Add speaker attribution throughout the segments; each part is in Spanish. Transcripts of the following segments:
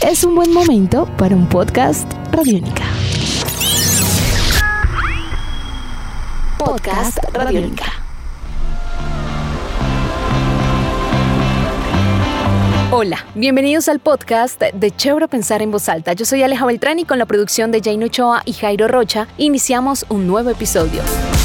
Speaker 1: es un buen momento para un podcast Radiónica. Podcast Radiónica. Hola, bienvenidos al podcast de Chévere Pensar en Voz Alta. Yo soy Aleja Beltrán y con la producción de Jane Ochoa y Jairo Rocha iniciamos un nuevo episodio.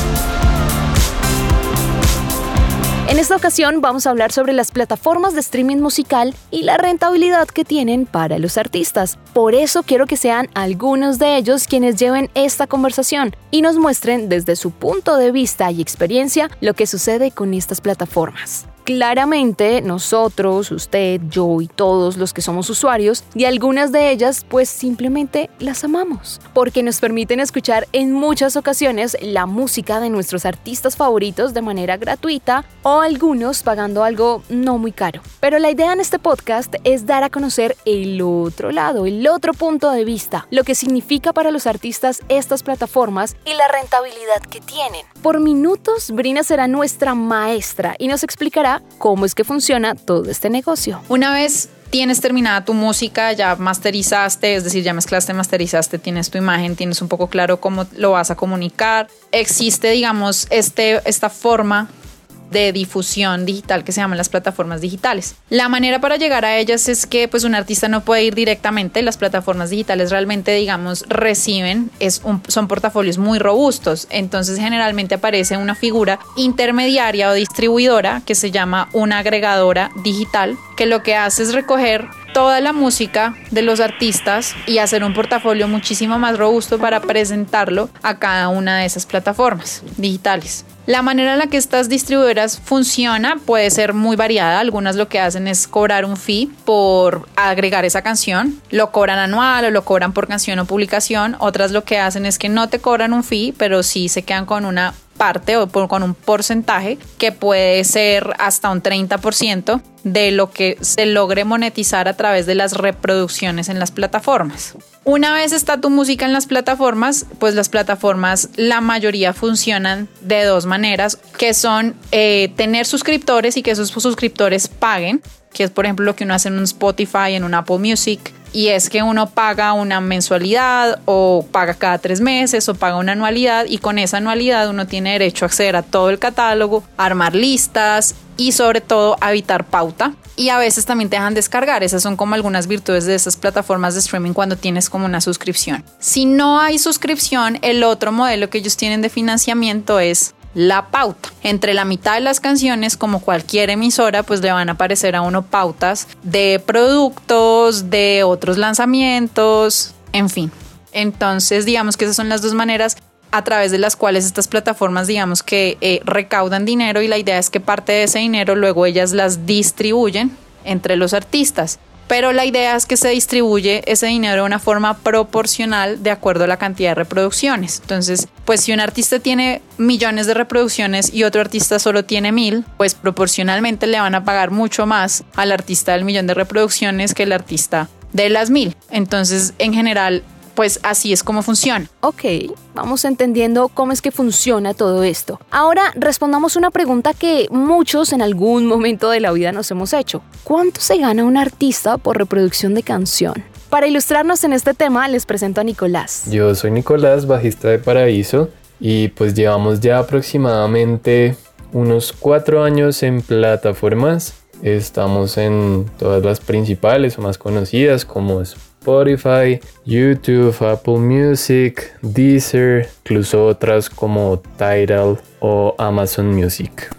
Speaker 1: En esta ocasión vamos a hablar sobre las plataformas de streaming musical y la rentabilidad que tienen para los artistas. Por eso quiero que sean algunos de ellos quienes lleven esta conversación y nos muestren desde su punto de vista y experiencia lo que sucede con estas plataformas. Claramente, nosotros, usted, yo y todos los que somos usuarios de algunas de ellas, pues simplemente las amamos, porque nos permiten escuchar en muchas ocasiones la música de nuestros artistas favoritos de manera gratuita o algunos pagando algo no muy caro. Pero la idea en este podcast es dar a conocer el otro lado, el otro punto de vista, lo que significa para los artistas estas plataformas y la rentabilidad que tienen. Por minutos, Brina será nuestra maestra y nos explicará cómo es que funciona todo este negocio.
Speaker 2: Una vez tienes terminada tu música, ya masterizaste, es decir, ya mezclaste, masterizaste, tienes tu imagen, tienes un poco claro cómo lo vas a comunicar. Existe, digamos, esta forma de difusión digital que se llaman las plataformas digitales. La manera para llegar a ellas es que pues un artista no puede ir directamente. Las plataformas digitales realmente, digamos, reciben, son portafolios muy robustos. Entonces generalmente aparece una figura intermediaria o distribuidora que se llama una agregadora digital, que lo que hace es recoger toda la música de los artistas y hacer un portafolio muchísimo más robusto para presentarlo a cada una de esas plataformas digitales. La manera en la que estas distribuidoras funcionan puede ser muy variada. Algunas lo que hacen es cobrar un fee por agregar esa canción. Lo cobran anual o lo cobran por canción o publicación. Otras lo que hacen es que no te cobran un fee, pero sí se quedan con una parte o con un porcentaje que puede ser hasta un 30% de lo que se logre monetizar a través de las reproducciones en las plataformas. Una vez está tu música en las plataformas, pues las plataformas, la mayoría funcionan de dos maneras, que son tener suscriptores y que esos suscriptores paguen, que es por ejemplo lo que uno hace en un Spotify, en un Apple Music, y es que uno paga una mensualidad o paga cada 3 meses o paga una anualidad, y con esa anualidad uno tiene derecho a acceder a todo el catálogo, a armar listas y sobre todo a evitar pauta. Y a veces también te dejan descargar. Esas son como algunas virtudes de esas plataformas de streaming cuando tienes como una suscripción. Si no hay suscripción, el otro modelo que ellos tienen de financiamiento es la pauta. Entre la mitad de las canciones, como cualquier emisora, pues le van a aparecer a uno pautas de productos, de otros lanzamientos, en fin. Entonces, digamos que esas son las dos maneras a través de las cuales estas plataformas, digamos que recaudan dinero, y la idea es que parte de ese dinero luego ellas las distribuyen entre los artistas. Pero la idea es que se distribuye ese dinero de una forma proporcional de acuerdo a la cantidad de reproducciones. Entonces, pues si un artista tiene millones de reproducciones y otro artista solo tiene 1000, pues proporcionalmente le van a pagar mucho más al artista del 1.000.000 de reproducciones que el artista de las 1000. Entonces, en general, pues así es como funciona.
Speaker 1: Ok, vamos entendiendo cómo es que funciona todo esto. Ahora respondamos una pregunta que muchos en algún momento de la vida nos hemos hecho. ¿Cuánto se gana un artista por reproducción de canción? Para ilustrarnos en este tema, les presento a Nicolás.
Speaker 3: Yo soy Nicolás, bajista de Paraíso, y pues llevamos ya aproximadamente unos 4 años en plataformas. Estamos en todas las principales o más conocidas como Spotify, YouTube, Apple Music, Deezer, incluso otras como Tidal o Amazon Music.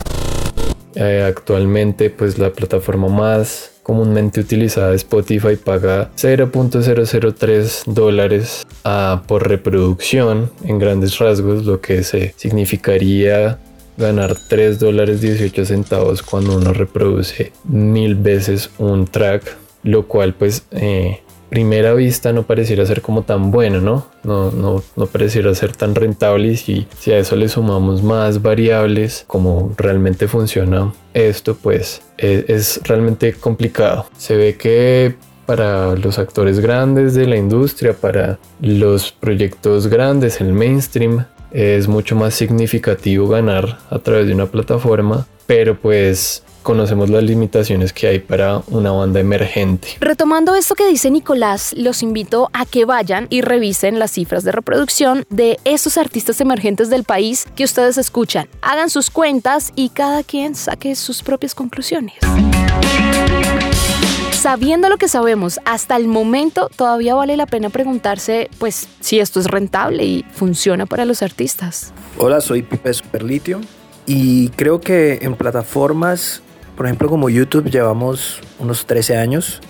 Speaker 3: Actualmente, pues la plataforma más comúnmente utilizada, Spotify, paga $0.003 por reproducción en grandes rasgos, lo que significaría ganar $3.18 cuando uno reproduce 1000 veces un track, lo cual pues primera vista no pareciera ser como tan bueno, ¿no? No pareciera ser tan rentable, y si a eso le sumamos más variables, como realmente funciona esto, pues es realmente complicado. Se ve que para los actores grandes de la industria, para los proyectos grandes, el mainstream, es mucho más significativo ganar a través de una plataforma, pero pues conocemos las limitaciones que hay para una banda emergente.
Speaker 1: Retomando esto que dice Nicolás, los invito a que vayan y revisen las cifras de reproducción de estos artistas emergentes del país que ustedes escuchan. Hagan sus cuentas y cada quien saque sus propias conclusiones. Sabiendo lo que sabemos hasta el momento, todavía vale la pena preguntarse, pues, si esto es rentable y funciona para los artistas.
Speaker 4: Hola, soy Pipe Superlitio y creo que en plataformas, por ejemplo, como YouTube, llevamos unos 13 años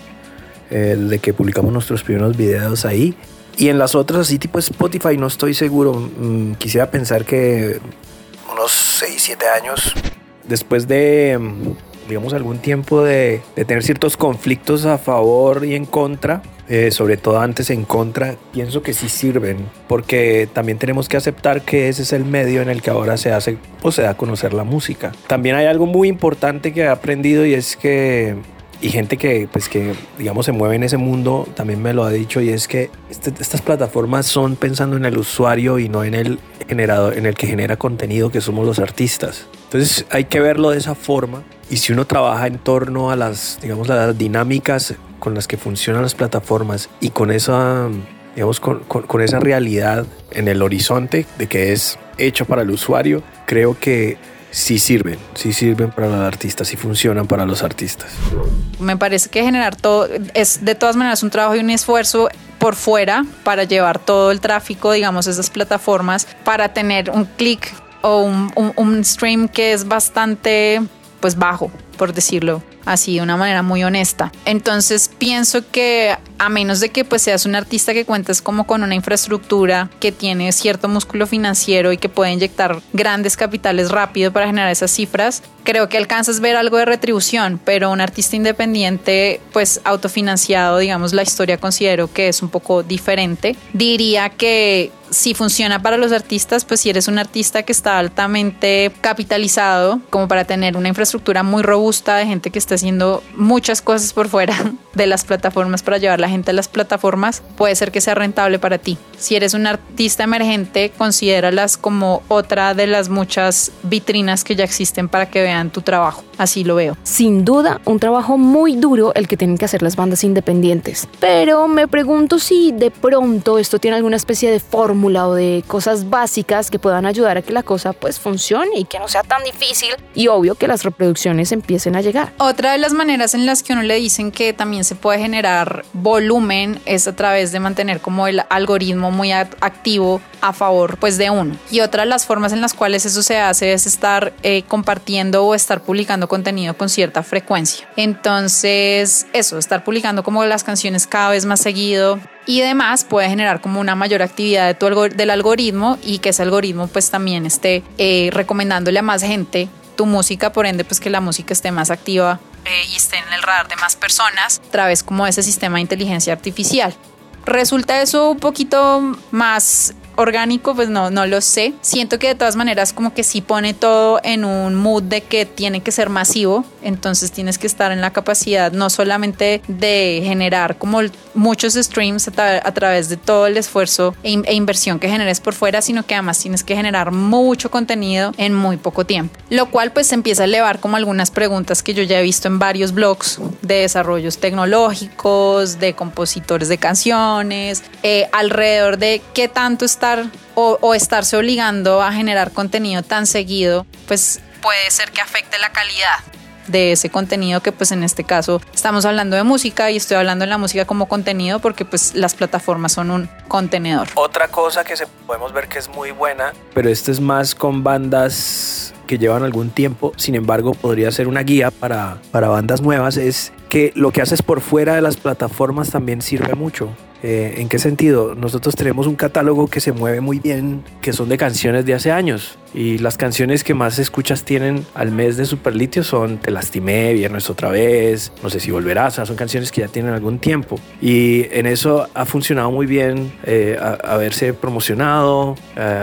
Speaker 4: de que publicamos nuestros primeros videos ahí. Y en las otras, así tipo Spotify, no estoy seguro. Quisiera pensar que unos 6, 7 años después de, digamos, algún tiempo de tener ciertos conflictos a favor y en contra, sobre todo antes en contra, pienso que sí sirven, porque también tenemos que aceptar que ese es el medio en el que ahora se hace o se da a conocer la música. También hay algo muy importante que he aprendido y es que, y gente que, pues, que digamos se mueve en ese mundo también me lo ha dicho, y es que estas plataformas son pensando en el usuario y no en el generador, en el que genera contenido, que somos los artistas. Entonces hay que verlo de esa forma, y si uno trabaja en torno a las, digamos, las dinámicas con las que funcionan las plataformas y con esa, digamos, con esa realidad en el horizonte de que es hecho para el usuario, creo que sí sirven para los artistas, sí funcionan para los artistas.
Speaker 2: Me parece que generar todo es de todas maneras un trabajo y un esfuerzo por fuera para llevar todo el tráfico, digamos, a esas plataformas, para tener un clic o un stream que es bastante, pues, bajo, por decirlo así, de una manera muy honesta. Entonces pienso que a menos de que pues seas un artista que cuentes como con una infraestructura que tiene cierto músculo financiero y que puede inyectar grandes capitales rápido para generar esas cifras, creo que alcanzas ver algo de retribución, pero un artista independiente, pues autofinanciado, digamos, la historia considero que es un poco diferente. Diría que si funciona para los artistas, pues si eres un artista que está altamente capitalizado, como para tener una infraestructura muy robusta de gente que está haciendo muchas cosas por fuera de las plataformas para llevar la gente a las plataformas, puede ser que sea rentable para ti. Si eres un artista emergente, considéralas como otra de las muchas vitrinas que ya existen para que vean tu trabajo. Así lo veo.
Speaker 1: Sin duda, un trabajo muy duro el que tienen que hacer las bandas independientes. Pero me pregunto si de pronto esto tiene alguna especie de fórmula o de cosas básicas que puedan ayudar a que la cosa pues funcione y que no sea tan difícil, y obvio que las reproducciones empiecen a llegar.
Speaker 2: Otra de las maneras en las que uno le dicen que también se puede generar volumen es a través de mantener como el algoritmo muy activo a favor pues de uno. Y otra de las formas en las cuales eso se hace es estar compartiendo o estar publicando contenido con cierta frecuencia. Entonces eso, estar publicando como las canciones cada vez más seguido y demás puede generar como una mayor actividad del algoritmo, y que ese algoritmo pues también esté recomendándole a más gente tu música, por ende pues que la música esté más activa y esté en el radar de más personas a través como ese sistema de inteligencia artificial. ¿Resulta eso un poquito más orgánico? Pues no lo sé. Siento que de todas maneras como que sí pone todo en un mood de que tiene que ser masivo, entonces tienes que estar en la capacidad no solamente de generar como muchos streams a través de todo el esfuerzo e inversión que generes por fuera, sino que además tienes que generar mucho contenido en muy poco tiempo, lo cual pues empieza a elevar como algunas preguntas que yo ya he visto en varios blogs de desarrollos tecnológicos, de compositores de canciones, alrededor de qué tanto estar o estarse obligando a generar contenido tan seguido, pues puede ser que afecte la calidad de ese contenido, que pues en este caso estamos hablando de música y estoy hablando de la música como contenido porque pues las plataformas son un contenedor.
Speaker 4: Otra cosa que podemos ver que es muy buena, pero esto es más con bandas que llevan algún tiempo, sin embargo podría ser una guía para bandas nuevas, es que lo que haces por fuera de las plataformas también sirve mucho. ¿En qué sentido? Nosotros tenemos un catálogo que se mueve muy bien, que son de canciones de hace años, y las canciones que más escuchas tienen al mes de Superlitio son Te lastimé, Viernes otra vez, No sé si volverás. Son canciones que ya tienen algún tiempo, y en eso ha funcionado muy bien haberse promocionado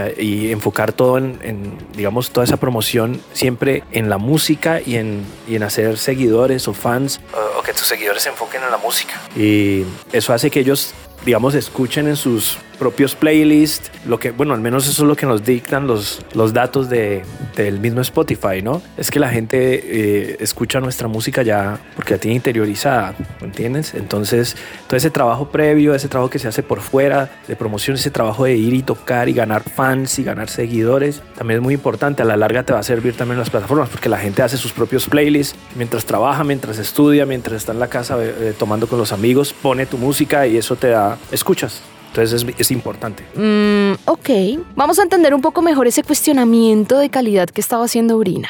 Speaker 4: y enfocar todo en digamos, toda esa promoción siempre en la música y en hacer seguidores o fans, o que tus seguidores se enfoquen en la música, y eso hace que ellos, digamos, escuchen en sus propios playlists, al menos eso es lo que nos dictan los datos del mismo Spotify, ¿no? Es que la gente escucha nuestra música ya porque la tiene interiorizada, ¿me entiendes? Entonces, todo ese trabajo previo, ese trabajo que se hace por fuera de promoción, ese trabajo de ir y tocar y ganar fans y ganar seguidores, también es muy importante. A la larga te va a servir también en las plataformas porque la gente hace sus propios playlists mientras trabaja, mientras estudia, mientras está en la casa tomando con los amigos, pone tu música y eso te da escuchas. Entonces es importante.
Speaker 1: Ok, vamos a entender un poco mejor ese cuestionamiento de calidad que estaba haciendo Brina.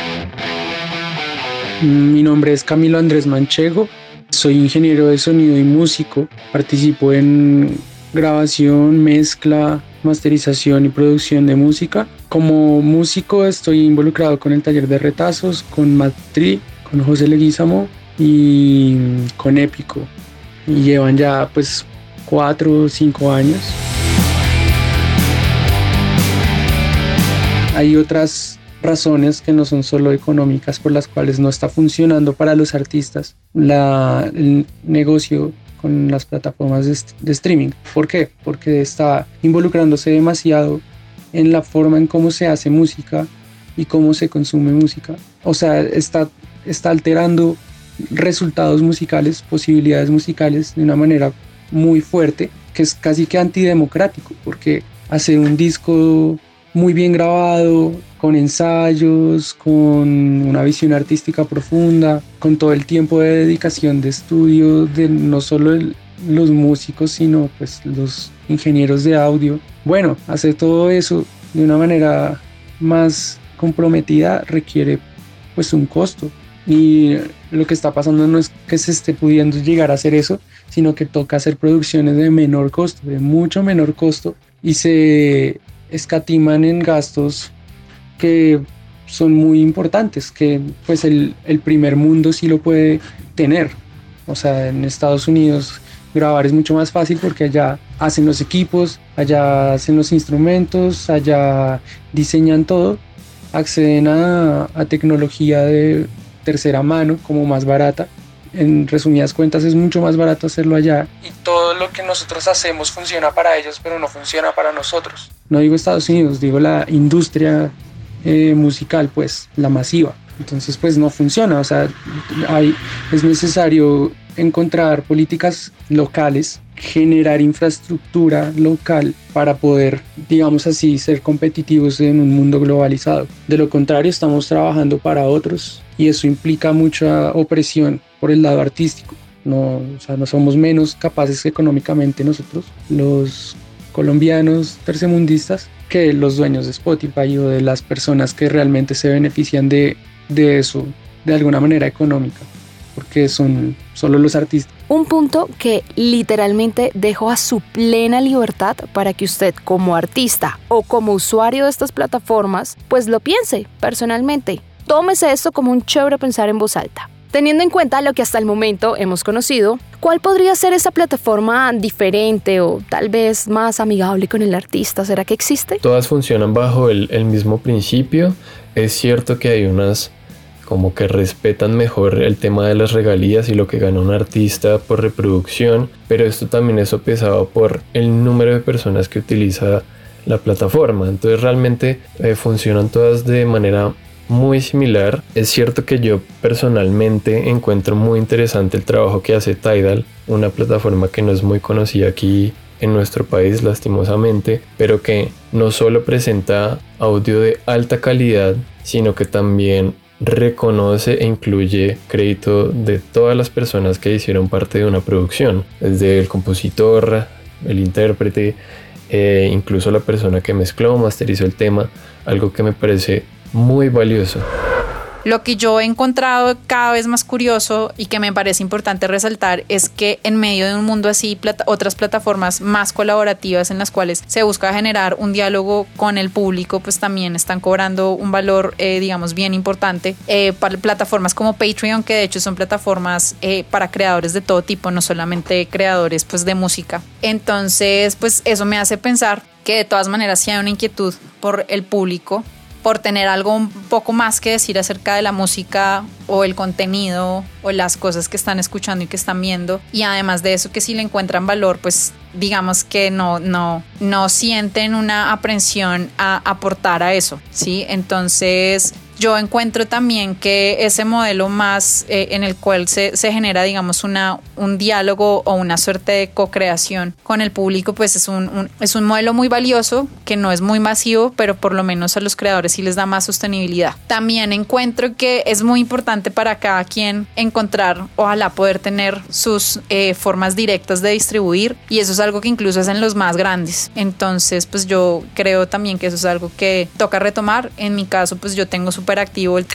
Speaker 5: Mi nombre es Camilo Andrés Manchego, soy ingeniero de sonido y músico, participo en grabación, mezcla, masterización y producción de música. Como músico estoy involucrado con el taller de retazos, con Matri, con José Leguízamo y con Épico. Y llevan ya 4 o 5 años. Hay otras razones que no son solo económicas por las cuales no está funcionando para los artistas el negocio con las plataformas de streaming. ¿Por qué? Porque está involucrándose demasiado en la forma en cómo se hace música y cómo se consume música. O sea, está alterando resultados musicales, posibilidades musicales de una manera muy fuerte, que es casi que antidemocrático, porque hacer un disco muy bien grabado, con ensayos, con una visión artística profunda, con todo el tiempo de dedicación de estudio de no solo los músicos, sino los ingenieros de audio. Bueno, hacer todo eso de una manera más comprometida requiere un costo. Y lo que está pasando no es que se esté pudiendo llegar a hacer eso, sino que toca hacer producciones de menor costo, de mucho menor costo, y se escatiman en gastos que son muy importantes, que el primer mundo sí lo puede tener. O sea, en Estados Unidos grabar es mucho más fácil porque allá hacen los equipos, allá hacen los instrumentos, allá diseñan todo, acceden a tecnología de tercera mano como más barata. En resumidas cuentas es mucho más barato hacerlo allá y todo lo que nosotros hacemos funciona para ellos pero no funciona para nosotros. No digo Estados Unidos, digo la industria musical, la masiva. Entonces no funciona, o sea, es necesario encontrar políticas locales, generar infraestructura local para poder, digamos así, ser competitivos en un mundo globalizado. De lo contrario, estamos trabajando para otros y eso implica mucha opresión por el lado artístico. No somos menos capaces económicamente nosotros, los colombianos tercermundistas, que los dueños de Spotify o de las personas que realmente se benefician de eso de alguna manera económica, porque son solo los artistas.
Speaker 1: Un punto que literalmente dejo a su plena libertad para que usted como artista o como usuario de estas plataformas lo piense personalmente. Tómese esto como un chévere pensar en voz alta. Teniendo en cuenta lo que hasta el momento hemos conocido, ¿cuál podría ser esa plataforma diferente o tal vez más amigable con el artista? ¿Será que existe?
Speaker 3: Todas funcionan bajo el mismo principio. Es cierto que hay unas como que respetan mejor el tema de las regalías y lo que gana un artista por reproducción, pero esto también es sopesado por el número de personas que utiliza la plataforma. Entonces realmente funcionan todas de manera muy similar. Es cierto que yo personalmente encuentro muy interesante el trabajo que hace Tidal, una plataforma que no es muy conocida aquí en nuestro país lastimosamente, pero que no solo presenta audio de alta calidad, sino que también reconoce e incluye crédito de todas las personas que hicieron parte de una producción, desde el compositor, el intérprete, incluso la persona que mezcló, masterizó el tema, algo que me parece muy valioso.
Speaker 2: Lo que yo he encontrado cada vez más curioso y que me parece importante resaltar es que en medio de un mundo así, otras plataformas más colaborativas en las cuales se busca generar un diálogo con el público, pues también están cobrando un valor, digamos, bien importante. Para plataformas como Patreon, que de hecho son plataformas para creadores de todo tipo, no solamente creadores pues de música. Entonces, pues eso me hace pensar que de todas maneras si hay una inquietud por el público por tener algo un poco más que decir acerca de la música o el contenido o las cosas que están escuchando y que están viendo. Y además de eso, que si le encuentran valor, pues digamos que no sienten una aprensión a aportar a eso, ¿sí? Entonces yo encuentro también que ese modelo más en el cual se genera, digamos, un diálogo o una suerte de co-creación con el público, pues es un modelo muy valioso, que no es muy masivo, pero por lo menos a los creadores sí les da más sostenibilidad. También encuentro que es muy importante para cada quien encontrar, ojalá poder tener sus formas directas de distribuir, y eso es algo que incluso hacen los más grandes. Entonces, pues yo creo también que eso es algo que toca retomar. En mi caso, pues yo tengo súper activo el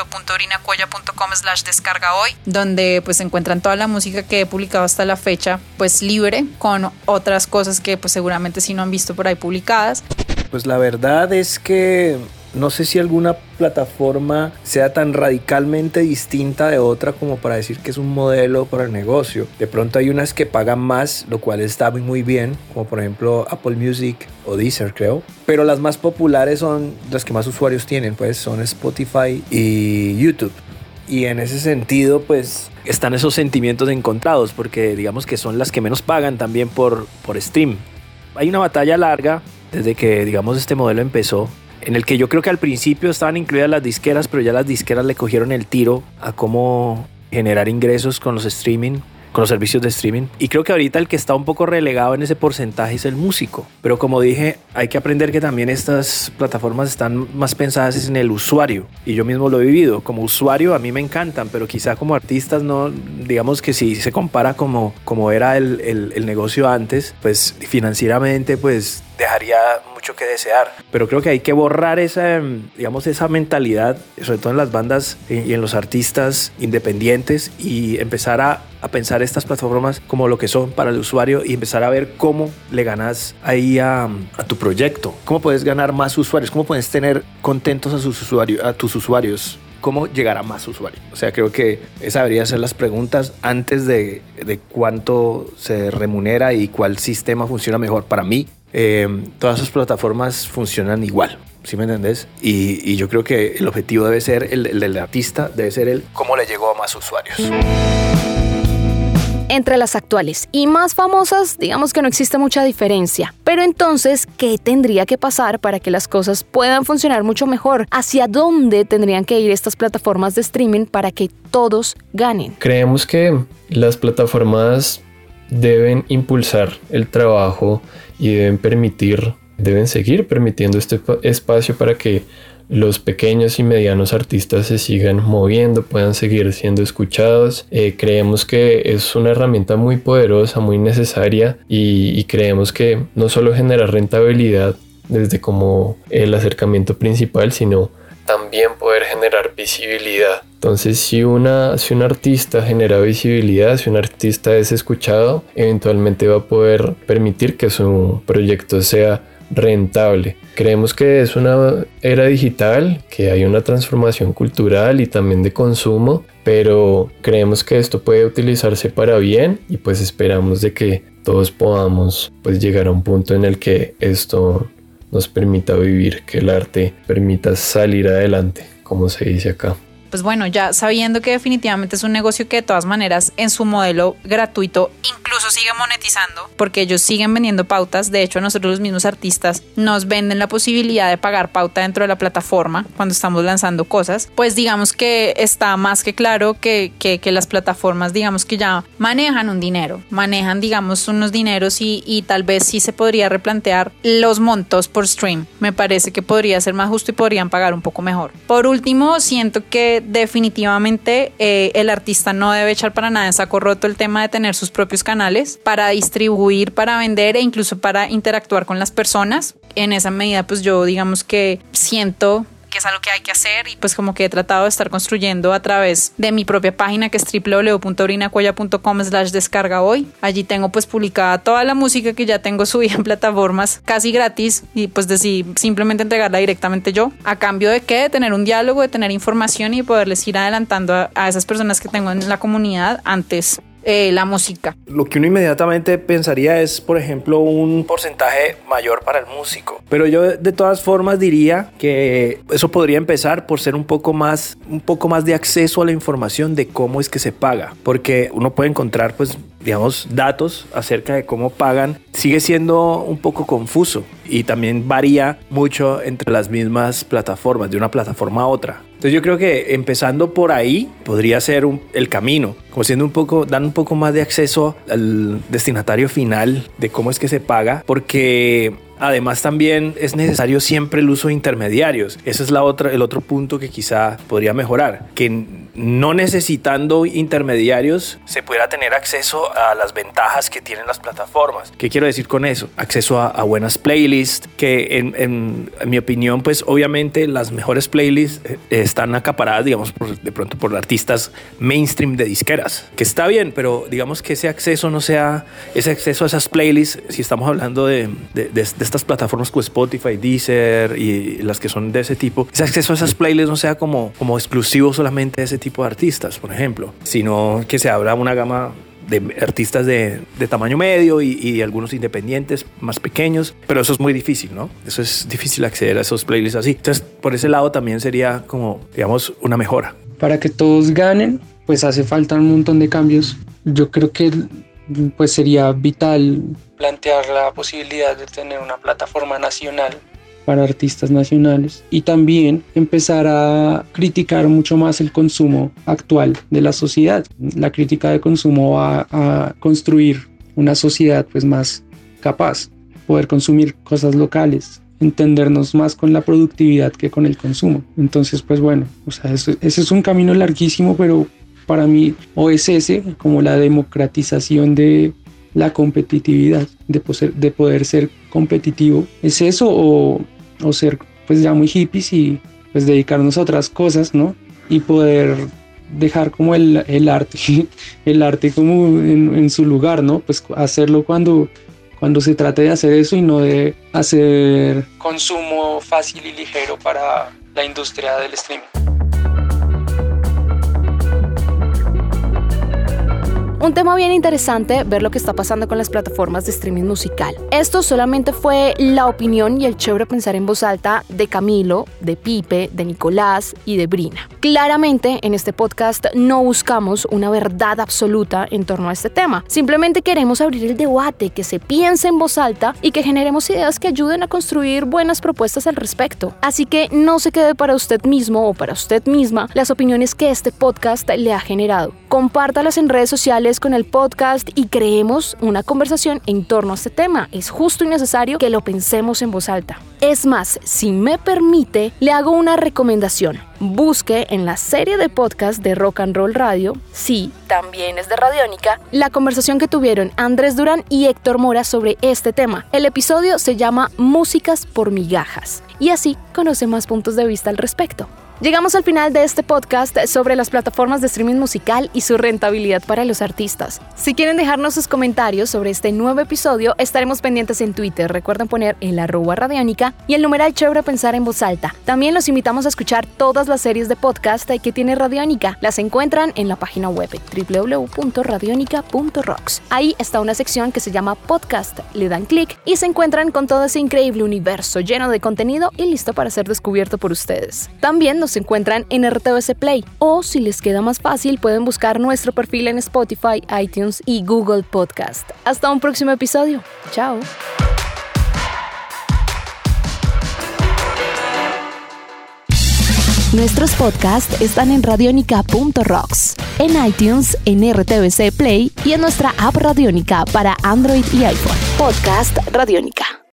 Speaker 2: www.orinacuoya.com/descarga hoy, donde pues encuentran toda la música que he publicado hasta la fecha, pues libre, con otras cosas que pues seguramente sí no han visto por ahí publicadas.
Speaker 4: Pues la verdad es que no sé si alguna plataforma sea tan radicalmente distinta de otra como para decir que es un modelo para el negocio. De pronto hay unas que pagan más, lo cual está muy bien, como por ejemplo Apple Music o Deezer, creo. Pero las más populares son las que más usuarios tienen, pues son Spotify y YouTube. Y en ese sentido, pues están esos sentimientos encontrados, porque digamos que son las que menos pagan también por stream. Hay una batalla larga desde que, digamos, este modelo empezó, en el que yo creo que al principio estaban incluidas las disqueras, pero ya las disqueras le cogieron el tiro a cómo generar ingresos con los streaming, con los servicios de streaming. Y creo que ahorita el que está un poco relegado en ese porcentaje es el músico. Pero como dije, hay que aprender que también estas plataformas están más pensadas en el usuario. Y yo mismo lo he vivido. Como usuario a mí me encantan, pero quizá como artistas no, digamos que si se compara como era el negocio antes, pues financieramente pues dejaría mucho que desear. Pero creo que hay que borrar esa mentalidad, sobre todo en las bandas y en los artistas independientes, y empezar a pensar estas plataformas como lo que son para el usuario, y empezar a ver cómo le ganas ahí a tu proyecto, cómo puedes ganar más usuarios, cómo puedes tener contentos a tus usuarios, cómo llegar a más usuarios. O sea, creo que esa debería ser las preguntas antes de cuánto se remunera y cuál sistema funciona mejor. Para mí, todas esas plataformas funcionan igual, ¿sí me entendés? Y yo creo que el objetivo debe ser el del artista, debe ser el cómo le llegó a más usuarios.
Speaker 1: Entre las actuales y más famosas, digamos que no existe mucha diferencia. Pero entonces, ¿qué tendría que pasar para que las cosas puedan funcionar mucho mejor? ¿Hacia dónde tendrían que ir estas plataformas de streaming para que todos ganen?
Speaker 3: Creemos que las plataformas deben impulsar el trabajo y deben seguir permitiendo este espacio para que los pequeños y medianos artistas se sigan moviendo, puedan seguir siendo escuchados. Creemos que es una herramienta muy poderosa, muy necesaria, y creemos que no solo genera rentabilidad desde como el acercamiento principal, sino también poder generar visibilidad. Entonces, si un artista genera visibilidad, si un artista es escuchado, eventualmente va a poder permitir que su proyecto sea rentable. Creemos que es una era digital, que hay una transformación cultural y también de consumo, pero creemos que esto puede utilizarse para bien, y pues esperamos de que todos podamos pues llegar a un punto en el que esto nos permita vivir, que el arte permita salir adelante, como se dice acá.
Speaker 2: Pues bueno, ya sabiendo que definitivamente es un negocio que de todas maneras en su modelo gratuito incluso sigue monetizando, porque ellos siguen vendiendo pautas. De hecho, a nosotros los mismos artistas nos venden la posibilidad de pagar pauta dentro de la plataforma cuando estamos lanzando cosas. Pues digamos que está más que claro que las plataformas, digamos que ya manejan un dinero, manejan digamos unos dineros, y tal vez sí se podría replantear los montos por stream. Me parece que podría ser más justo y podrían pagar un poco mejor. Por último, siento que definitivamente el artista no debe echar para nada en saco roto el tema de tener sus propios canales para distribuir, para vender e incluso para interactuar con las personas. En esa medida, pues yo digamos que siento que es algo que hay que hacer, y pues como que he tratado de estar construyendo a través de mi propia página, que es www.orinacuoya.com/descarga hoy. Allí tengo pues publicada toda la música que ya tengo subida en plataformas casi gratis, y pues decidí simplemente entregarla directamente yo, a cambio de que de tener un diálogo, de tener información y poderles ir adelantando a esas personas que tengo en la comunidad antes la música.
Speaker 4: Lo que uno inmediatamente pensaría es, por ejemplo, un porcentaje mayor para el músico. Pero yo de todas formas diría que eso podría empezar por ser un poco más de acceso a la información de cómo es que se paga. Porque uno puede encontrar, pues, digamos, datos acerca de cómo pagan. Sigue siendo un poco confuso y también varía mucho entre las mismas plataformas, de una plataforma a otra. Entonces yo creo que empezando por ahí podría ser el camino, como siendo dando un poco más de acceso al destinatario final de cómo es que se paga, porque además también es necesario siempre el uso de intermediarios. Ese es el otro punto que quizá podría mejorar, que no necesitando intermediarios se pudiera tener acceso a las ventajas que tienen las plataformas. ¿Qué quiero decir con eso? Acceso a buenas playlists, que en mi opinión, pues obviamente las mejores playlists están acaparadas, digamos, de pronto por artistas mainstream de disqueras, que está bien, pero digamos que ese acceso no sea ese acceso a esas playlists, si estamos hablando de estas plataformas como Spotify, Deezer y las que son de ese tipo, ese acceso a esas playlists no sea como exclusivo solamente de ese tipo de artistas, por ejemplo, sino que se abra una gama de artistas de tamaño medio y algunos independientes más pequeños, pero eso es muy difícil, ¿no? Eso es difícil acceder a esos playlists así. Entonces, por ese lado también sería como, digamos, una mejora.
Speaker 5: Para que todos ganen, pues hace falta un montón de cambios. Yo creo que pues sería vital plantear la posibilidad de tener una plataforma nacional para artistas nacionales y también empezar a criticar mucho más el consumo actual de la sociedad. La crítica de consumo va a construir una sociedad pues más capaz, poder consumir cosas locales, entendernos más con la productividad que con el consumo. Entonces pues bueno, o sea, ese es un camino larguísimo, pero para mí o es ese, como la democratización de la competitividad, de poder ser competitivo. ¿Es eso o ser pues ya muy hippies y pues dedicarnos a otras cosas, ¿no? Y poder dejar como el arte como en su lugar, ¿no? Pues hacerlo cuando se trate de hacer eso y no de hacer consumo fácil y ligero para la industria del streaming.
Speaker 1: Un tema bien interesante, ver lo que está pasando con las plataformas de streaming musical. Esto solamente fue la opinión y el chévere pensar en voz alta de Camilo, de Pipe, de Nicolás y de Brina. Claramente, en este podcast no buscamos una verdad absoluta en torno a este tema. Simplemente queremos abrir el debate, que se piense en voz alta y que generemos ideas que ayuden a construir buenas propuestas al respecto. Así que no se quede para usted mismo o para usted misma las opiniones que este podcast le ha generado. Compártalas en redes sociales con el podcast y creemos una conversación en torno a este tema. Es justo y necesario que lo pensemos en voz alta. Es más, si me permite, le hago una recomendación. Busque en la serie de podcast de Rock and Roll Radio, sí, también es de Radiónica, la conversación que tuvieron Andrés Durán y Héctor Mora sobre este tema. El episodio se llama Músicas por migajas y así conoce más puntos de vista al respecto. Llegamos al final de este podcast sobre las plataformas de streaming musical y su rentabilidad para los artistas. Si quieren dejarnos sus comentarios sobre este nuevo episodio, estaremos pendientes en Twitter. Recuerden poner el @Radiónica y el numeral chévere pensar en voz alta. También los invitamos a escuchar todas las series de podcast que tiene Radiónica. Las encuentran en la página web www.radionica.rocks. Ahí está una sección que se llama Podcast. Le dan clic y se encuentran con todo ese increíble universo lleno de contenido y listo para ser descubierto por ustedes. También nos encuentran en RTVC Play o, si les queda más fácil, pueden buscar nuestro perfil en Spotify, iTunes y Google Podcast. Hasta un próximo episodio. Chao. Nuestros podcasts están en radionica.rocks, en iTunes, en RTVC Play y en nuestra app Radiónica para Android y iPhone. Podcast Radiónica.